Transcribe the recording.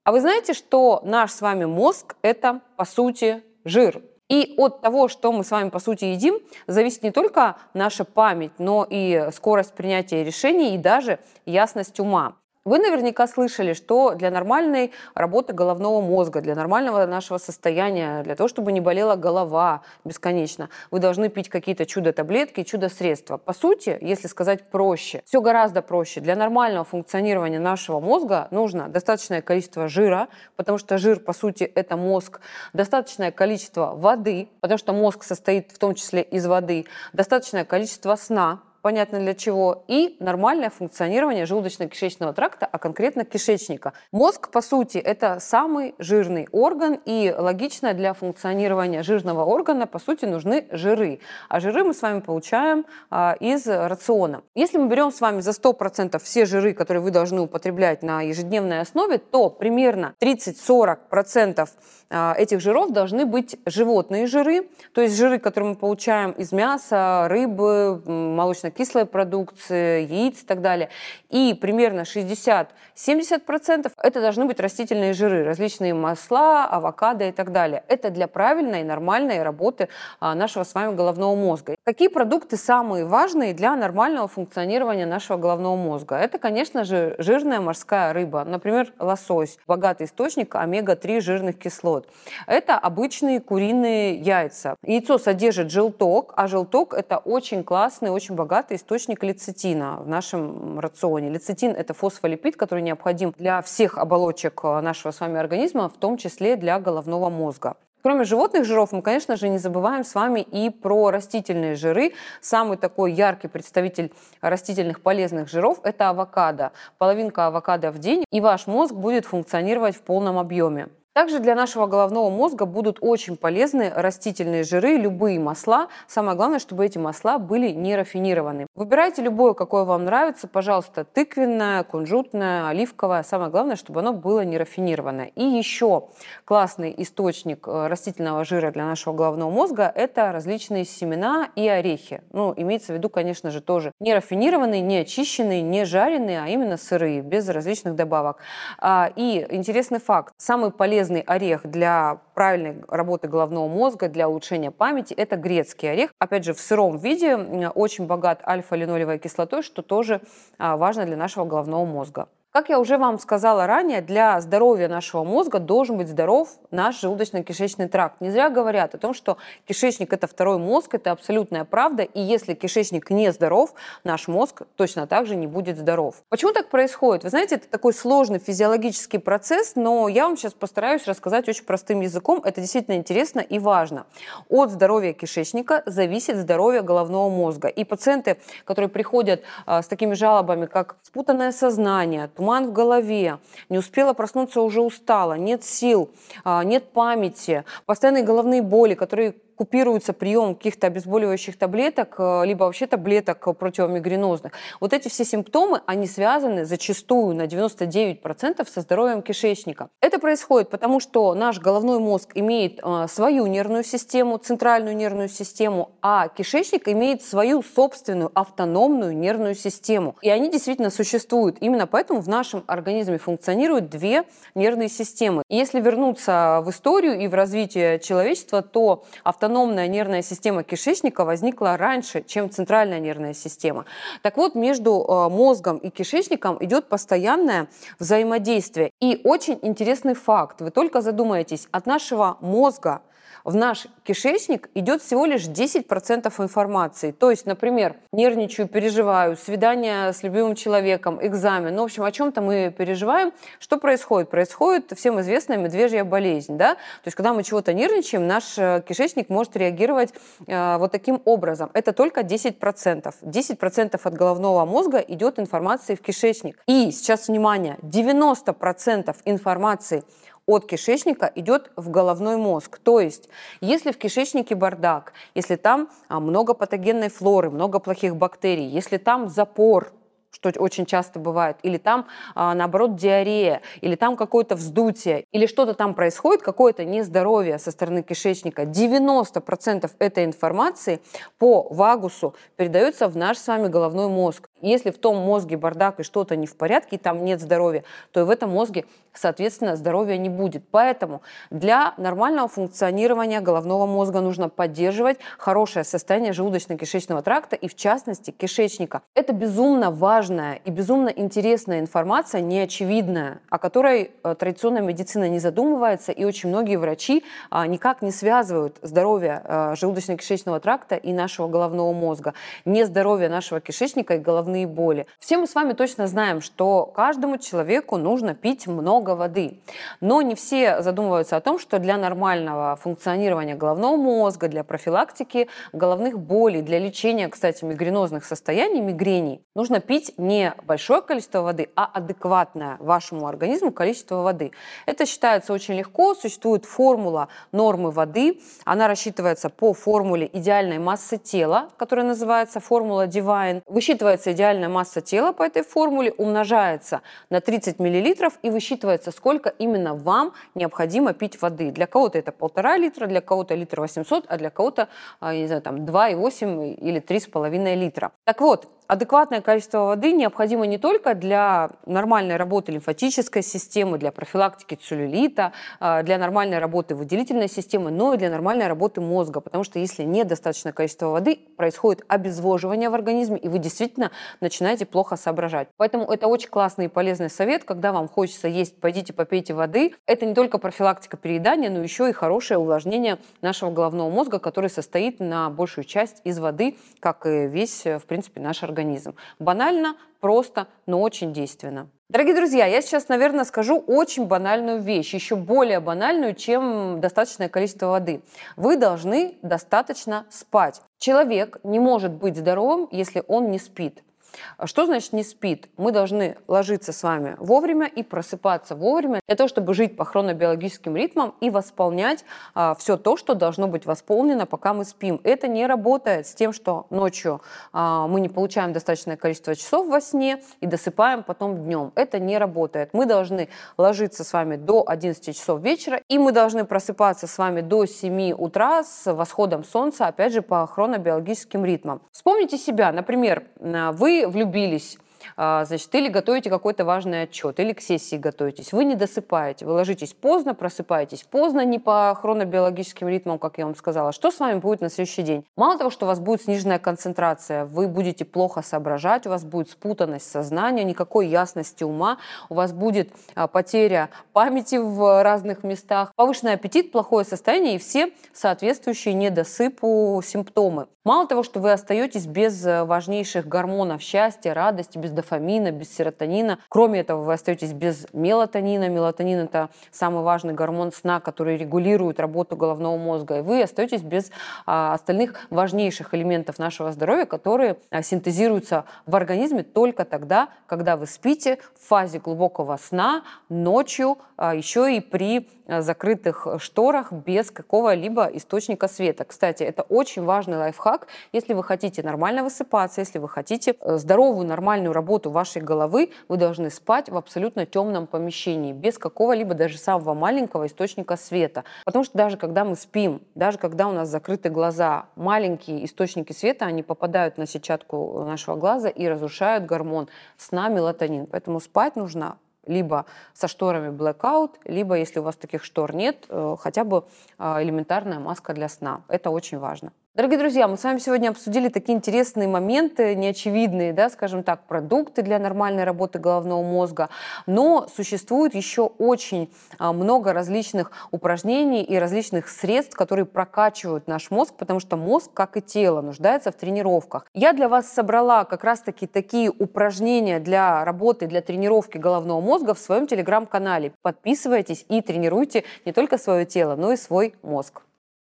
А вы знаете, что наш с вами мозг – это, по сути, жир? И от того, что мы с вами, по сути, едим, зависит не только наша память, но и скорость принятия решений и даже ясность ума. Вы наверняка слышали, что для нормальной работы головного мозга, для нормального нашего состояния, для того, чтобы не болела голова бесконечно, вы должны пить какие-то чудо-таблетки, чудо-средства. По сути, если сказать проще, все гораздо проще. Для нормального функционирования нашего мозга нужно достаточное количество жира, потому что жир, по сути, это мозг, достаточное количество воды, потому что мозг состоит в том числе из воды, достаточное количество сна, понятно для чего, и нормальное функционирование желудочно-кишечного тракта, а конкретно кишечника. Мозг, по сути, это самый жирный орган, и логично для функционирования жирного органа, по сути, нужны жиры. А жиры мы с вами получаем из рациона. Если мы берем с вами за 100% все жиры, которые вы должны употреблять на ежедневной основе, то примерно 30-40% этих жиров должны быть животные жиры, то есть жиры, которые мы получаем из мяса, рыбы, молочно-кислой продукции, яиц и так далее. И примерно 60-70% это должны быть растительные жиры, различные масла, авокадо и так далее. Это для правильной и нормальной работы нашего с вами головного мозга. Какие продукты самые важные для нормального функционирования нашего головного мозга? Это, конечно же, жирная морская рыба, например, лосось, богатый источник омега-3 жирных кислот. Это обычные куриные яйца. Яйцо содержит желток, а желток – это очень классный, очень богатый источник лецитина в нашем рационе. Лецитин – это фосфолипид, который необходим для всех оболочек нашего с вами организма, в том числе для головного мозга. Кроме животных жиров, мы, конечно же, не забываем с вами и про растительные жиры. Самый такой яркий представитель растительных полезных жиров – это авокадо. Половинка авокадо в день, и ваш мозг будет функционировать в полном объеме. Также для нашего головного мозга будут очень полезны растительные жиры, любые масла. Самое главное, чтобы эти масла были не рафинированы. Выбирайте любое, какое вам нравится. Пожалуйста, тыквенное, кунжутное, оливковое. Самое главное, чтобы оно было не рафинированное. И еще классный источник растительного жира для нашего головного мозга – это различные семена и орехи. Имеется в виду, конечно же, тоже не рафинированные, не очищенные, не жареные, а именно сырые, без различных добавок. И интересный факт. Самый полезный орех для правильной работы головного мозга, для улучшения памяти – это грецкий орех. Опять же, в сыром виде очень богат альфа-линолевой кислотой, что тоже важно для нашего головного мозга. Как я уже вам сказала ранее, для здоровья нашего мозга должен быть здоров наш желудочно-кишечный тракт. Не зря говорят о том, что кишечник – это второй мозг, это абсолютная правда. И если кишечник не здоров, наш мозг точно так же не будет здоров. Почему так происходит? Вы знаете, это такой сложный физиологический процесс, но я вам сейчас постараюсь рассказать очень простым языком. Это действительно интересно и важно. От здоровья кишечника зависит здоровье головного мозга. И пациенты, которые приходят с такими жалобами, как спутанное сознание, туман в голове, не успела проснуться, уже устала, нет сил, нет памяти, постоянные головные боли, которые купируется прием каких-то обезболивающих таблеток, либо вообще таблеток противомигренозных. Вот эти все симптомы, они связаны зачастую на 99% со здоровьем кишечника. Это происходит потому, что наш головной мозг имеет свою нервную систему, центральную нервную систему, а кишечник имеет свою собственную автономную нервную систему. И они действительно существуют. Именно поэтому в нашем организме функционируют две нервные системы. И если вернуться в историю и в развитие человечества, то автономная нервная система кишечника возникла раньше, чем центральная нервная система. Так вот, между мозгом и кишечником идет постоянное взаимодействие. И очень интересный факт. Вы только задумаетесь, от нашего мозга в наш кишечник идет всего лишь 10% информации. То есть, например, нервничаю, переживаю, свидание с любимым человеком, экзамен. В общем, о чем-то мы переживаем. Что происходит? Происходит всем известная медвежья болезнь. Да? То есть, когда мы чего-то нервничаем, наш кишечник может реагировать вот таким образом. Это только 10%. 10% от головного мозга идет информации в кишечник. И сейчас, внимание, 90% информации от кишечника идет в головной мозг. То есть, если в кишечнике бардак, если там много патогенной флоры, много плохих бактерий, если там запор, что очень часто бывает, или там, наоборот, диарея, или там какое-то вздутие, или что-то там происходит, какое-то нездоровье со стороны кишечника, 90% этой информации по вагусу передается в наш с вами головной мозг. Если в том мозге бардак и что-то не в порядке, и там нет здоровья, то и в этом мозге соответственно, здоровья не будет. Поэтому для нормального функционирования головного мозга нужно поддерживать хорошее состояние желудочно-кишечного тракта и, в частности, кишечника. Это безумно важная и безумно интересная информация, неочевидная, о которой традиционная медицина не задумывается, и очень многие врачи никак не связывают здоровье желудочно-кишечного тракта и нашего головного мозга, не здоровье нашего кишечника и головные боли. Все мы с вами точно знаем, что каждому человеку нужно пить много воды, но не все задумываются о том, что для нормального функционирования головного мозга, для профилактики головных болей, для лечения, кстати, мигренозных состояний, мигрений, нужно пить не большое количество воды, а адекватное вашему организму количество воды. Это считается очень легко. Существует формула нормы воды. Она рассчитывается по формуле идеальной массы тела, которая называется формула Divine. Высчитывается идеальная масса тела по этой формуле, умножается на 30 мл и высчитывается, сколько именно вам необходимо пить воды. Для кого-то это 1,5 литра, для кого-то 1,8 литра, а для кого-то, не знаю, там 2,8 или 3,5 литра. Так вот, адекватное количество воды необходимо не только для нормальной работы лимфатической системы, для профилактики целлюлита, для нормальной работы выделительной системы, но и для нормальной работы мозга. Потому что если недостаточное количество воды, происходит обезвоживание в организме, и вы действительно начинаете плохо соображать. Поэтому это очень классный и полезный совет. Когда вам хочется есть, пойдите попейте воды. Это не только профилактика переедания, но еще и хорошее увлажнение нашего головного мозга, который состоит на большую часть из воды, как и весь, в принципе, наш организм. Банально, просто, но очень действенно. Дорогие друзья, я сейчас, наверное, скажу очень банальную вещь, еще более банальную, чем достаточное количество воды. Вы должны достаточно спать. Человек не может быть здоровым, если он не спит. Что значит не спит? Мы должны ложиться с вами вовремя и просыпаться вовремя для того, чтобы жить по хронобиологическим ритмам и восполнять все то, что должно быть восполнено, пока мы спим. Это не работает с тем, что ночью мы не получаем достаточное количество часов во сне и досыпаем потом днем. Это не работает. Мы должны ложиться с вами до 11 часов вечера, и мы должны просыпаться с вами до 7 утра с восходом солнца, опять же, по хронобиологическим ритмам. Вспомните себя, например, вы влюбились, значит, или готовите какой-то важный отчет, или к сессии готовитесь, вы не досыпаете, вы ложитесь поздно, просыпаетесь поздно, не по хронобиологическим ритмам, как я вам сказала. Что с вами будет на следующий день? Мало того, что у вас будет сниженная концентрация, вы будете плохо соображать, у вас будет спутанность сознания, никакой ясности ума, у вас будет потеря памяти в разных местах, повышенный аппетит, плохое состояние и все соответствующие недосыпу симптомы. Мало того, что вы остаетесь без важнейших гормонов счастья, радости, без дофамина, без серотонина. Кроме этого, вы остаетесь без мелатонина. Мелатонин – это самый важный гормон сна, который регулирует работу головного мозга. И вы остаетесь без остальных важнейших элементов нашего здоровья, которые синтезируются в организме только тогда, когда вы спите в фазе глубокого сна, ночью, еще и при закрытых шторах без какого-либо источника света. Кстати, это очень важный лайфхак. Если вы хотите нормально высыпаться, если вы хотите здоровую, нормальную работу вашей головы, вы должны спать в абсолютно темном помещении, без какого-либо даже самого маленького источника света. Потому что даже когда мы спим, даже когда у нас закрыты глаза, маленькие источники света, они попадают на сетчатку нашего глаза и разрушают гормон сна мелатонин. Поэтому спать нужно либо со шторами blackout, либо, если у вас таких штор нет, хотя бы элементарная маска для сна. Это очень важно. Дорогие друзья, мы с вами сегодня обсудили такие интересные моменты, неочевидные, да, скажем так, продукты для нормальной работы головного мозга, но существует еще очень много различных упражнений и различных средств, которые прокачивают наш мозг, потому что мозг, как и тело, нуждается в тренировках. Я для вас собрала как раз-таки такие упражнения для работы, для тренировки головного мозга в своем телеграм-канале. Подписывайтесь и тренируйте не только свое тело, но и свой мозг.